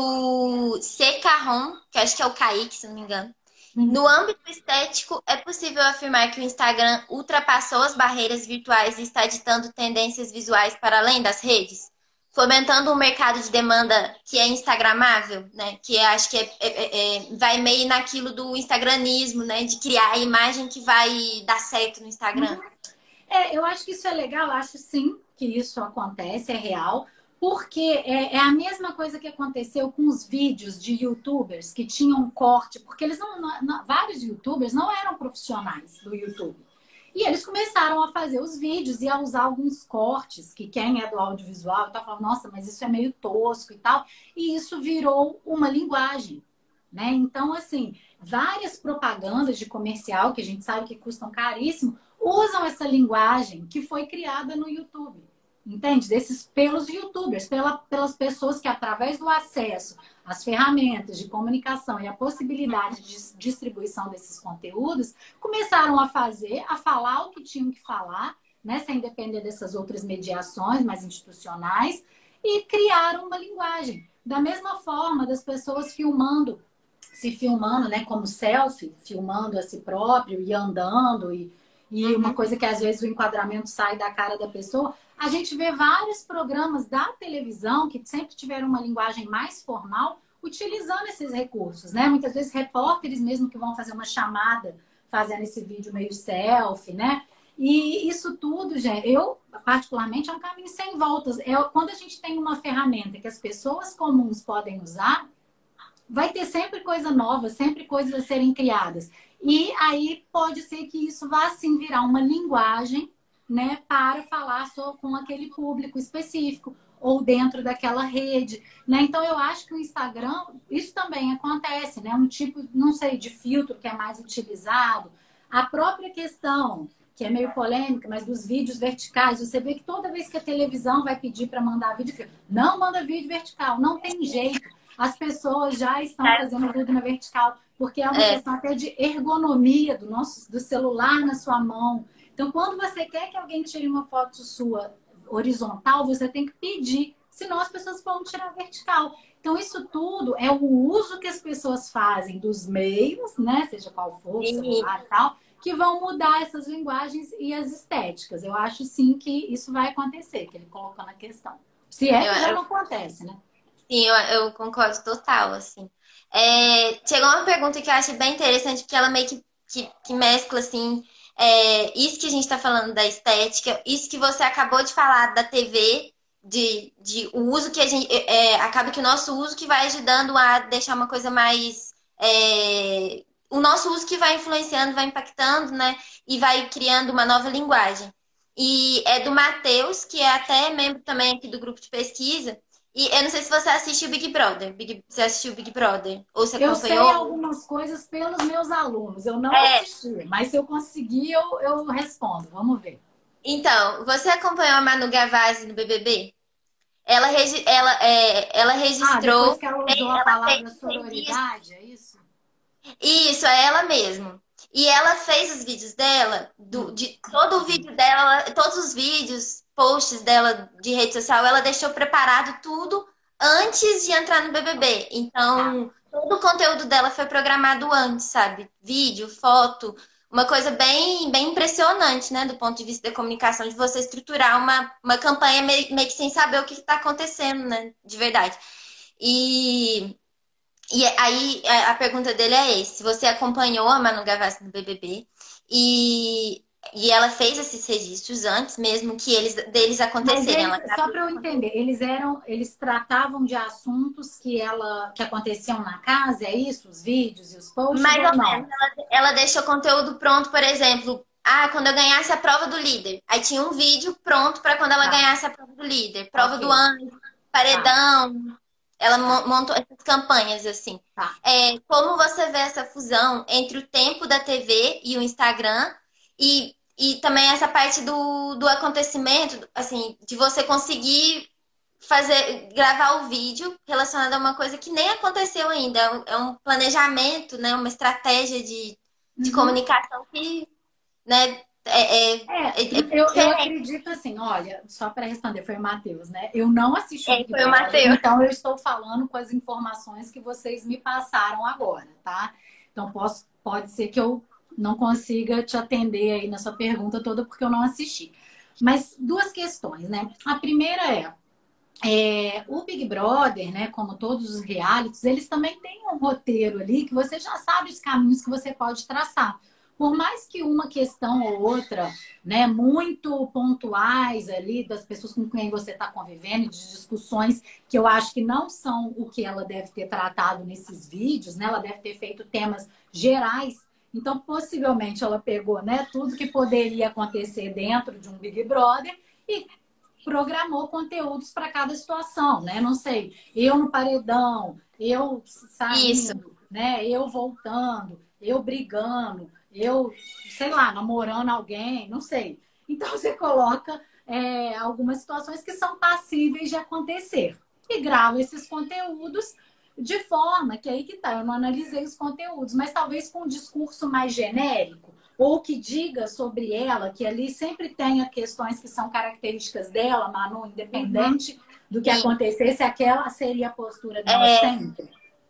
do C. Carron, que acho que é o Kaique, se não me engano. Uhum. No âmbito estético, é possível afirmar que o Instagram ultrapassou as barreiras virtuais e está ditando tendências visuais para além das redes? Fomentando um mercado de demanda que é instagramável, né? Que acho que é, é, é, vai meio naquilo do instagranismo, né? De criar a imagem que vai dar certo no Instagram. Uhum. É, eu acho que isso é legal, acho sim que isso acontece, é real, porque é, é a mesma coisa que aconteceu com os vídeos de YouTubers que tinham corte, porque eles não, não, vários YouTubers não eram profissionais do YouTube. E eles começaram a fazer os vídeos e a usar alguns cortes, que quem é do audiovisual está falando, nossa, mas isso é meio tosco e tal. E isso virou uma linguagem, né? Então, assim, várias propagandas de comercial, que a gente sabe que custam caríssimo, usam essa linguagem que foi criada no YouTube. Entende? Desses, pelos YouTubers, pela, pelas pessoas que, através do acesso às ferramentas de comunicação e a possibilidade de distribuição desses conteúdos, começaram a fazer, a falar o que tinham que falar, né, sem depender dessas outras mediações mais institucionais, e criaram uma linguagem. Da mesma forma, das pessoas filmando, se filmando, né, como selfie, filmando a si próprio e andando, e, e uma coisa que às vezes o enquadramento sai da cara da pessoa. A gente vê vários programas da televisão que sempre tiveram uma linguagem mais formal utilizando esses recursos, né? Muitas vezes repórteres mesmo que vão fazer uma chamada fazendo esse vídeo meio selfie, né? E isso tudo, gente, eu particularmente é um caminho sem voltas. É, quando a gente tem uma ferramenta que as pessoas comuns podem usar, vai ter sempre coisa nova, sempre coisas a serem criadas. E aí pode ser que isso vá assim virar uma linguagem, né, para falar só com aquele público específico ou dentro daquela rede, né? Então eu acho que o Instagram, isso também acontece, né? Um tipo, não sei, de filtro que é mais utilizado. A própria questão, que é meio polêmica, mas dos vídeos verticais, você vê que toda vez que a televisão vai pedir para mandar vídeo, não manda vídeo vertical, não tem jeito. As pessoas já estão fazendo tudo na vertical, porque é uma é. questão até de ergonomia do nosso do celular na sua mão. Então, quando você quer que alguém tire uma foto sua horizontal, você tem que pedir, senão as pessoas vão tirar vertical. Então, isso tudo é o uso que as pessoas fazem dos meios, né? Seja qual for, o celular e tal, que vão mudar essas linguagens e as estéticas. Eu acho sim que isso vai acontecer, que ele colocou na questão. Se é Eu, que já eu, não acontece, né? sim, eu, eu concordo total, assim. É, chegou uma pergunta que eu achei bem interessante, porque ela meio que, que, que mescla, assim, é, isso que a gente está falando da estética, isso que você acabou de falar da T V, de, de o uso que a gente... É, acaba que o nosso uso que vai ajudando a deixar uma coisa mais... é, o nosso uso que vai influenciando, vai impactando, né? E vai criando uma nova linguagem. E é do Matheus, que é até membro também aqui do grupo de pesquisa. E eu não sei se você assistiu Big Brother. Big, você assistiu Big Brother? Ou você Eu sei acompanhou? algumas coisas pelos meus alunos. Eu não É, assisti, mas se eu conseguir, eu, eu respondo. Vamos ver. então, você acompanhou a Manu Gavazzi no B B B? Ela, regi- ela, é, ela Ah, depois registrou, que ela usou a ela fez palavra um registro. sororidade, é isso? Isso, é ela mesmo. E ela fez os vídeos dela, do, Hum. de todo o vídeo dela, todos os vídeos, posts dela de rede social, ela deixou preparado tudo antes de entrar no B B B. Tá. Então, todo o conteúdo dela foi programado antes, sabe? Vídeo, foto, uma coisa bem, bem impressionante, né? Do ponto de vista da comunicação, de você estruturar uma, uma campanha meio, meio que sem saber o que está acontecendo, né? De verdade. E. E aí a a pergunta dele é esse: se você acompanhou a Manu Gavassi no B B B e, e ela fez esses registros antes mesmo que eles deles Mas acontecerem. eles, Ela só para eu entender, eles eram, eles tratavam de assuntos que ela, que aconteciam na casa, é isso? Os vídeos e os posts mais ou ou menos, não? ela, ela deixou conteúdo pronto, por exemplo. Ah, quando eu ganhasse a prova do líder. Aí tinha um vídeo pronto para quando ela Tá, ganhasse a prova do líder. Prova do ok, ano, tá, paredão. Ela tá, mo- montou essas campanhas assim. tá. É, como você vê essa fusão entre o tempo da T V e o Instagram e, e também essa parte do, do acontecimento, assim, de você conseguir fazer, gravar o vídeo relacionado a uma coisa que nem aconteceu ainda. É um, é um planejamento, né? Uma estratégia de, de Uhum. comunicação que, né, é, é, É, é, é eu, eu diferente. acredito assim, olha, só para responder, foi o Matheus, né? Eu não assisti o É, Big foi o Brother, Matheus. então eu estou falando com as informações que vocês me passaram agora, tá? Então posso, pode ser que eu não consiga te atender aí na sua pergunta toda porque eu não assisti. Mas duas questões, né? A primeira é, é, o Big Brother, né, como todos os realities, eles também têm um roteiro ali que você já sabe os caminhos que você pode traçar. Por mais que uma questão ou outra, né, muito pontuais ali das pessoas com quem você está convivendo, de discussões que eu acho que não são o que ela deve ter tratado nesses vídeos, né? Ela deve ter feito temas gerais. Então, possivelmente, ela pegou, né, tudo que poderia acontecer dentro de um Big Brother e programou conteúdos para cada situação, né? Não sei, eu no paredão, eu Isso. saindo, né? Eu voltando, eu brigando, eu, sei lá, namorando alguém, não sei. Então você coloca é, algumas situações que são passíveis de acontecer e grava esses conteúdos de forma que aí que tá, eu não analisei os conteúdos, mas talvez com um discurso mais genérico ou que diga sobre ela, que ali sempre tenha questões que são características dela, Manu, Uhum. independente do que Sim. acontecesse, aquela seria a postura dela É, sempre.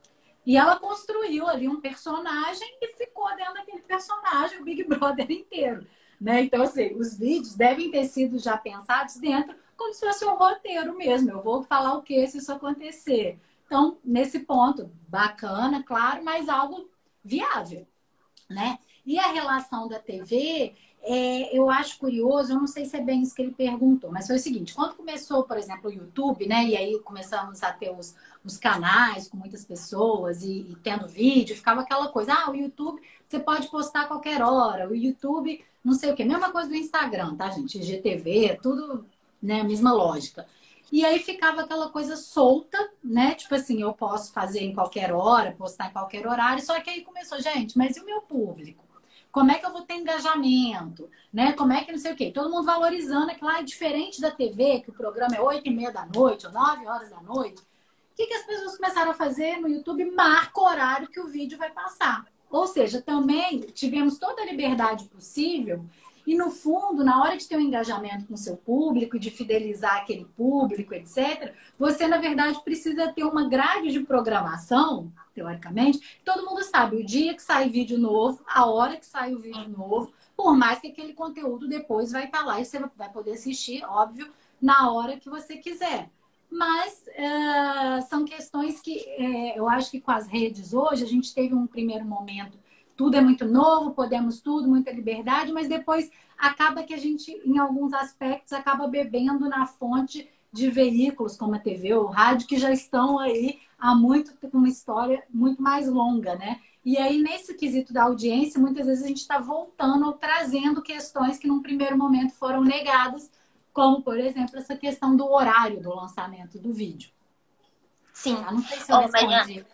E ela construiu ali um personagem e ficou dentro daquele personagem o Big Brother inteiro. Né? Então, assim, os vídeos devem ter sido já pensados dentro como se fosse um roteiro mesmo. Eu vou falar o que se isso acontecer. Então, nesse ponto, bacana, claro, mas algo viável, né? E a relação da T V, é, eu acho curioso, eu não sei se é bem isso que ele perguntou, mas foi o seguinte, quando começou, por exemplo, o YouTube, né? E aí começamos a ter os, os canais com muitas pessoas e, e tendo vídeo, ficava aquela coisa, ah, o YouTube você pode postar a qualquer hora, o YouTube, não sei o quê. Mesma coisa do Instagram, tá, gente? I G T V, tudo, né? Mesma lógica. E aí ficava aquela coisa solta, né? Tipo assim, eu posso fazer em qualquer hora, postar em qualquer horário. Só que aí começou, gente, mas e o meu público? Como é que eu vou ter engajamento? Né? Como é que não sei o quê? Todo mundo valorizando aquilo lá, é diferente da T V, que o programa é oito e meia da noite ou nove horas da noite. O que, que as pessoas começaram a fazer no YouTube? Marca o horário que o vídeo vai passar. Ou seja, também tivemos toda a liberdade possível E no fundo, na hora de ter um engajamento com o seu público, de fidelizar aquele público, etcétera, você, na verdade, precisa ter uma grade de programação, teoricamente. Todo mundo sabe o dia que sai vídeo novo, a hora que sai o vídeo novo, por mais que aquele conteúdo depois vai estar lá e você vai poder assistir, óbvio, na hora que você quiser. Mas uh, são questões que uh, eu acho que com as redes hoje, a gente teve um primeiro momento, tudo é muito novo, podemos tudo, muita liberdade, mas depois acaba que a gente, em alguns aspectos, acaba bebendo na fonte de veículos como a T V ou o rádio, que já estão aí há muito, com uma história muito mais longa, né? E aí, nesse quesito da audiência, muitas vezes a gente está voltando ou trazendo questões que num primeiro momento foram negadas, como, por exemplo, essa questão do horário do lançamento do vídeo. Sim. Ah, não sei se eu oh, respondi.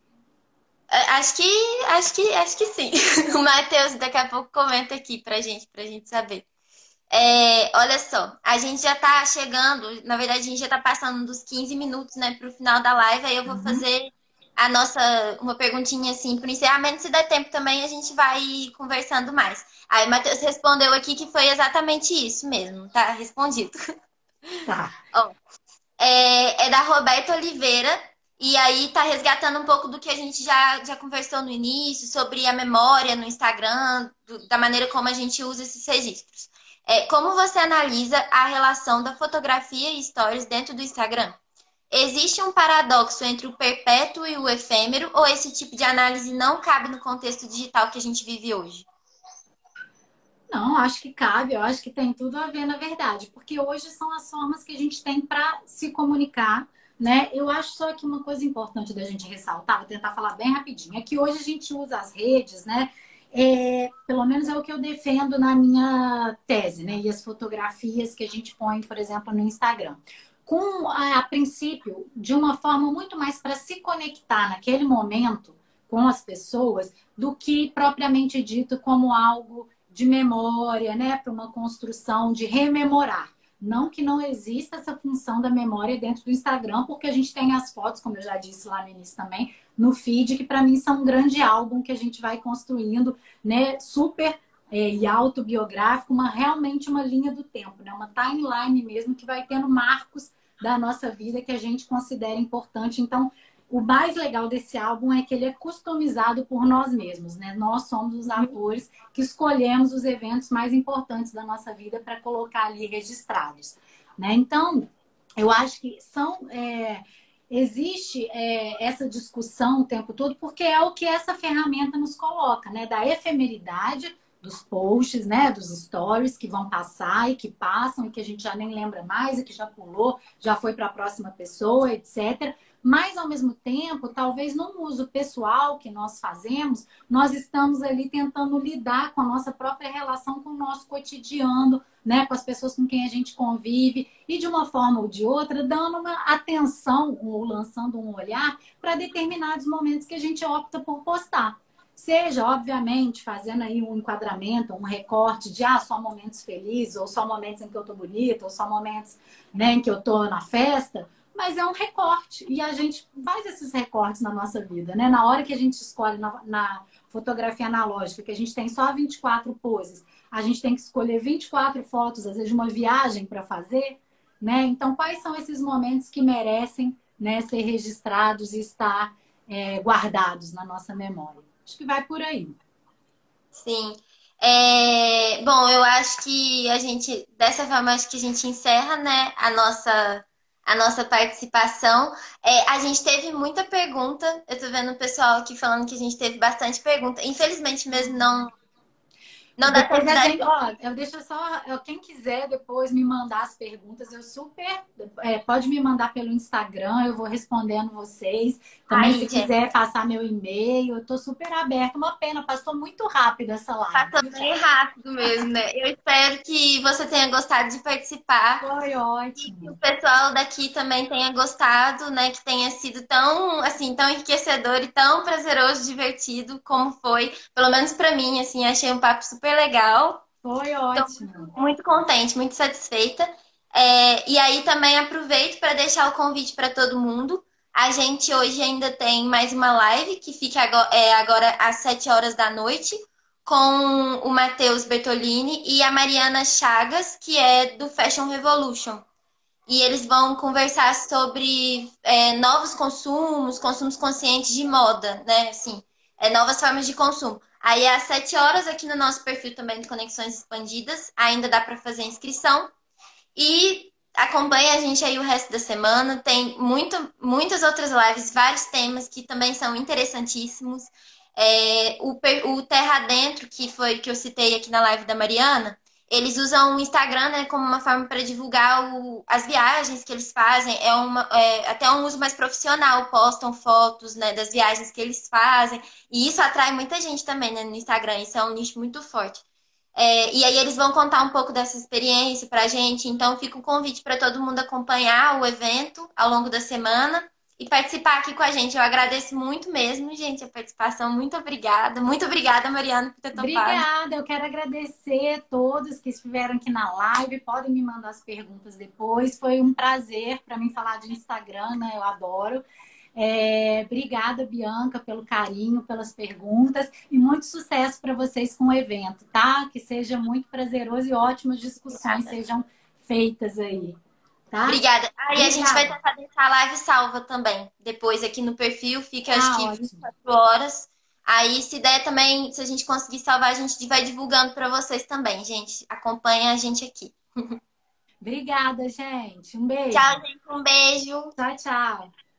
Acho que, acho que, acho que sim. O Matheus daqui a pouco comenta aqui pra gente, pra gente saber. É, olha só, a gente já tá chegando, na verdade a gente já tá passando dos quinze minutos, né, pro final da live, aí eu vou uhum. fazer a nossa, uma perguntinha assim pro encerramento, se der tempo também a gente vai conversando mais. Aí o Matheus respondeu aqui que foi exatamente isso mesmo, tá respondido. Tá. Ó, é, é da Roberta Oliveira, e aí tá resgatando um pouco do que a gente já, já conversou no início, sobre a memória no Instagram, do, da maneira como a gente usa esses registros. É, como você analisa a relação da fotografia e stories dentro do Instagram? Existe um paradoxo entre o perpétuo e o efêmero, ou esse tipo de análise não cabe no contexto digital que a gente vive hoje? Não, acho que cabe, eu acho que tem tudo a ver, na verdade, porque hoje são as formas que a gente tem para se comunicar, né? Eu acho só que uma coisa importante da gente ressaltar, vou tentar falar bem rapidinho, é que hoje a gente usa as redes, né? É, pelo menos é o que eu defendo na minha tese, né? E as fotografias que a gente põe, por exemplo, no Instagram. Com, a, a princípio, de uma forma muito mais para se conectar naquele momento com as pessoas do que propriamente dito como algo de memória, né? Para uma construção de rememorar. Não que não exista essa função da memória dentro do Instagram, porque a gente tem as fotos, como eu já disse lá no início também, no feed, que para mim são um grande álbum que a gente vai construindo, né? Super é, e autobiográfico, uma, realmente uma linha do tempo, né? Uma timeline mesmo que vai tendo marcos da nossa vida que a gente considera importante. Então, o mais legal desse álbum é que ele é customizado por nós mesmos, né? Nós somos os atores que escolhemos os eventos mais importantes da nossa vida para colocar ali registrados, né? Então, eu acho que são... É... Existe é, essa discussão o tempo todo, porque é o que essa ferramenta nos coloca, né? Da efemeridade dos posts, né? Dos stories que vão passar e que passam e que a gente já nem lembra mais e que já pulou, já foi para a próxima pessoa, etcétera. Mas, ao mesmo tempo, talvez no uso pessoal que nós fazemos, nós estamos ali tentando lidar com a nossa própria relação com o nosso cotidiano, né? Com as pessoas com quem a gente convive e, de uma forma ou de outra, dando uma atenção ou lançando um olhar para determinados momentos que a gente opta por postar. Seja, obviamente, fazendo aí um enquadramento, um recorte de ah, só momentos felizes, ou só momentos em que eu tô bonita, ou só momentos, né, em que eu tô na festa, mas é um recorte. E a gente faz esses recortes na nossa vida, né? Na hora que a gente escolhe na, na fotografia analógica, que a gente tem só vinte e quatro poses, a gente tem que escolher vinte e quatro fotos, às vezes, de uma viagem para fazer, né? Então, quais são esses momentos que merecem, né, ser registrados e estar é, guardados na nossa memória? Acho que vai por aí. Sim. É, bom, eu acho que a gente, dessa forma, acho que a gente encerra, né, a nossa, a nossa participação. É, a gente teve muita pergunta. Eu tô vendo o pessoal aqui falando que a gente teve bastante pergunta. Infelizmente mesmo não. Não dá Depois tempo a da... gente, ó, eu deixo só, eu, quem quiser depois me mandar as perguntas, eu super, é, pode me mandar pelo Instagram, eu vou respondendo vocês. Também, Ai, se gente. quiser passar meu e-mail, eu tô super aberta. Uma pena, passou muito rápido essa live. Passou bem rápido mesmo, né? Eu espero que você tenha gostado de participar. Foi E que ótimo. o pessoal daqui também tenha gostado, né? Que tenha sido tão, assim, tão enriquecedor e tão prazeroso, divertido como foi. Pelo menos pra mim, assim, achei um papo super legal. Foi Estou ótimo. muito contente, muito satisfeita. É, e aí também aproveito para deixar o convite para todo mundo. A gente hoje ainda tem mais uma live que fica agora, é, agora às sete horas da noite. com o Matheus Bertolini e a Mariana Chagas, que é do Fashion Revolution. E eles vão conversar sobre é, novos consumos, consumos conscientes de moda, né? Assim, é, novas formas de consumo. Aí é às sete horas aqui no nosso perfil também de Conexões Expandidas. Ainda dá para fazer inscrição. E acompanha a gente aí o resto da semana. Tem muito, muitas outras lives, vários temas que também são interessantíssimos. É, o, o Terra Dentro, que foi que eu citei aqui na live da Mariana, eles usam o Instagram, né, como uma forma para divulgar o, as viagens que eles fazem. É, uma, é até um uso mais profissional, postam fotos, né, das viagens que eles fazem. E isso atrai muita gente também, né, no Instagram. Isso é um nicho muito forte. É, e aí eles vão contar um pouco dessa experiência pra gente. Então fica o convite para todo mundo acompanhar o evento ao longo da semana e participar aqui com a gente. Eu agradeço muito mesmo, gente, a participação. Muito obrigada. Muito obrigada, Mariana, por ter topado. Obrigada, eu quero agradecer a todos que estiveram aqui na live. Podem me mandar as perguntas depois. Foi um prazer para mim falar de Instagram, né? Eu adoro. É, obrigada, Bianca, pelo carinho, pelas perguntas e muito sucesso para vocês com o evento, tá? Que seja muito prazeroso e ótimas discussões Obrigada. Sejam feitas aí, tá? Obrigada. Aí Obrigada. a gente vai tentar deixar a live salva também. Depois aqui no perfil, fica ah, acho que ótimo. vinte e quatro horas. Aí, se der também, se a gente conseguir salvar, a gente vai divulgando para vocês também, gente. Acompanha a gente aqui. Obrigada, gente. Um beijo. Tchau, gente. Um beijo. Tchau, tchau.